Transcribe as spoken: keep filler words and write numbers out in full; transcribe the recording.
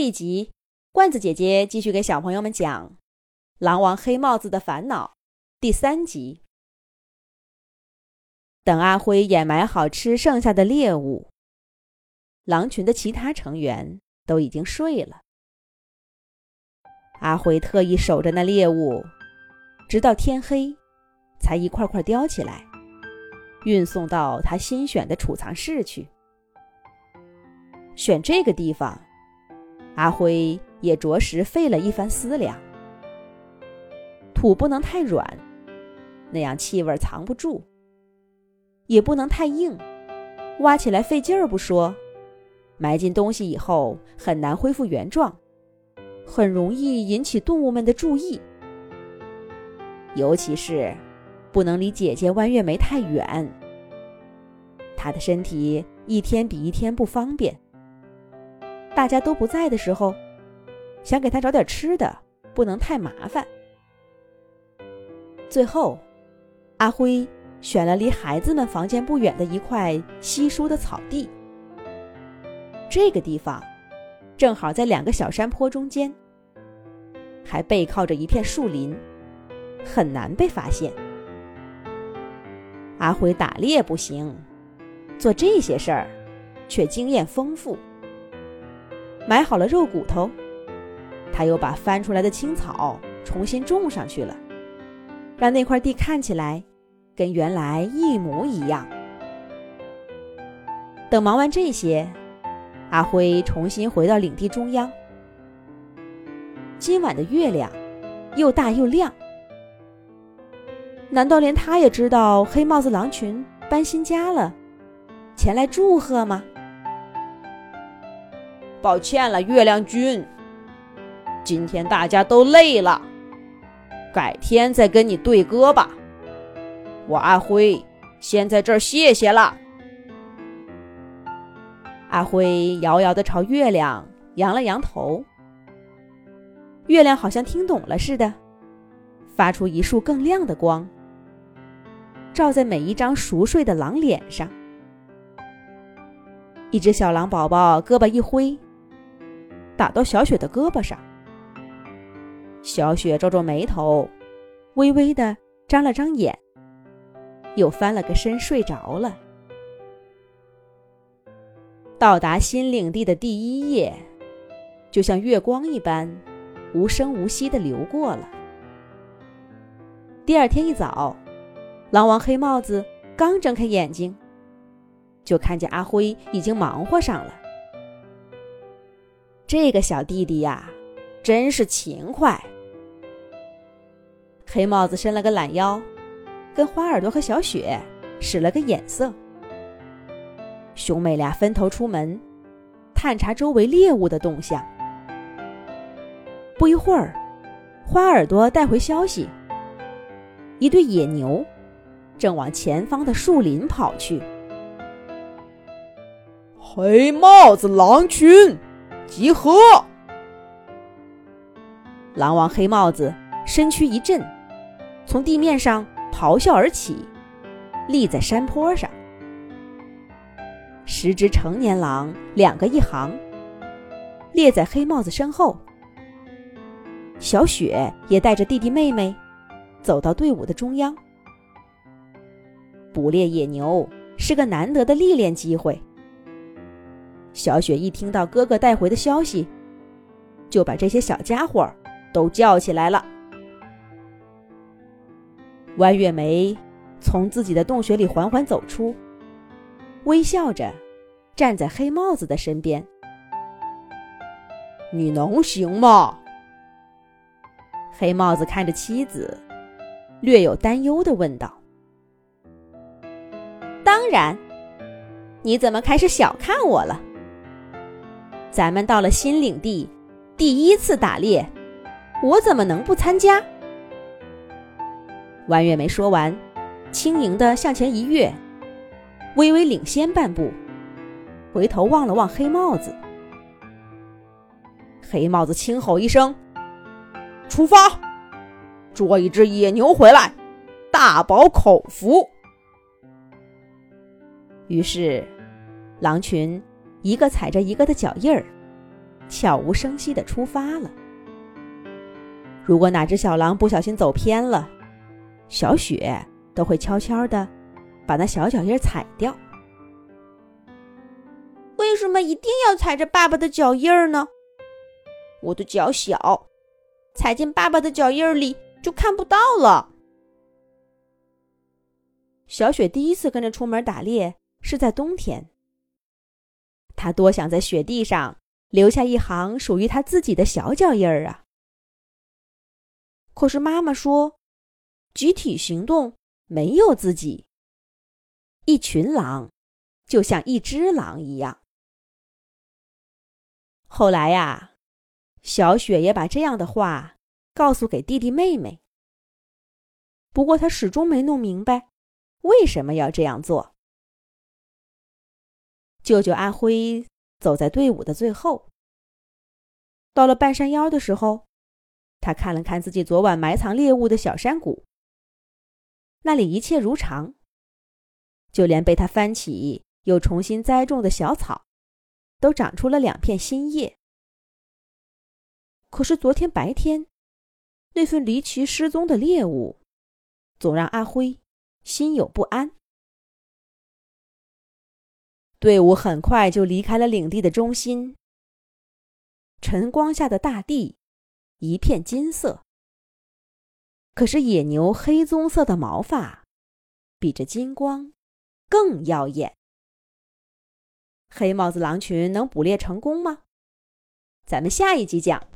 这一集，罐子姐姐继续给小朋友们讲《狼王黑帽子的烦恼》第三集。等阿辉掩埋好吃剩下的猎物，狼群的其他成员都已经睡了。阿辉特意守着那猎物，直到天黑，才一块块叼起来，运送到他新选的储藏室去。选这个地方，阿辉也着实费了一番思量。土不能太软，那样气味藏不住；也不能太硬，挖起来费劲儿不说，埋进东西以后很难恢复原状，很容易引起动物们的注意。尤其是不能离姐姐弯月梅太远，她的身体一天比一天不方便。大家都不在的时候，想给她找点吃的，不能太麻烦。最后，阿辉选了离孩子们房间不远的一块稀疏的草地。这个地方正好在两个小山坡中间，还背靠着一片树林，很难被发现。阿辉打猎不行，做这些事儿却经验丰富。买好了肉骨头，他又把翻出来的青草重新种上去了，让那块地看起来跟原来一模一样。等忙完这些，阿辉重新回到领地中央。今晚的月亮又大又亮，难道连他也知道黑帽子狼群搬新家了，前来祝贺吗？ 抱歉了，月亮君，今天大家都累了，改天再跟你对歌吧。我阿辉先在这儿谢谢了。 阿辉遥遥地朝月亮扬了扬头，月亮好像听懂了似的，发出一束更亮的光，照在每一张熟睡的狼脸上。一只小狼宝宝胳膊一挥，打到小雪的胳膊上。小雪皱皱眉头，微微地张了张眼，又翻了个身睡着了。到达新领地的第一夜，就像月光一般无声无息地流过了。第二天一早，狼王黑帽子刚睁开眼睛，就看见阿辉已经忙活上了。这个小弟弟呀，真是勤快。黑帽子伸了个懒腰，跟花耳朵和小雪使了个眼色。兄妹俩分头出门，探查周围猎物的动向。不一会儿，花耳朵带回消息，一对野牛正往前方的树林跑去。 黑帽子狼群集合！ 狼王黑帽子身躯一震，从地面上咆哮而起，立在山坡上。十只成年狼两个一行，列在黑帽子身后。小雪也带着弟弟妹妹走到队伍的中央。捕猎野牛是个难得的历练机会。小雪一听到哥哥带回的消息，就把这些小家伙都叫起来了。弯月梅从自己的洞穴里缓缓走出，微笑着站在黑帽子的身边。 你能行吗？ 黑帽子看着妻子，略有担忧地问道。当然，你怎么开始小看我了？咱们到了新领地，第一次打猎，我怎么能不参加？弯月梅说完，轻盈地向前一跃，微微领先半步，回头望了望黑帽子。 黑帽子轻吼一声，出发，捉一只野牛回来，大饱口福。 于是狼群一个踩着一个的脚印儿， 悄无声息地出发了。如果哪只小狼不小心走偏了，小雪都会悄悄地把那小脚印踩掉。 为什么一定要踩着爸爸的脚印呢？我的脚小，踩进爸爸的脚印里就看不到了。 小雪第一次跟着出门打猎是在冬天，她多想在雪地上留下一行属于她自己的小脚印儿啊！可是妈妈说，集体行动没有自己，一群狼就像一只狼一样。后来呀，小雪也把这样的话告诉给弟弟妹妹。不过她始终没弄明白为什么要这样做。舅舅阿辉走在队伍的最后，到了半山腰的时候，他看了看自己昨晚埋藏猎物的小山谷，那里一切如常，就连被他翻起又重新栽种的小草都长出了两片新叶。可是昨天白天那份离奇失踪的猎物总让阿辉心有不安。队伍很快就离开了领地的中心，晨光下的大地一片金色，可是野牛黑棕色的毛发比这金光更耀眼。黑帽子狼群能捕猎成功吗？咱们下一集讲。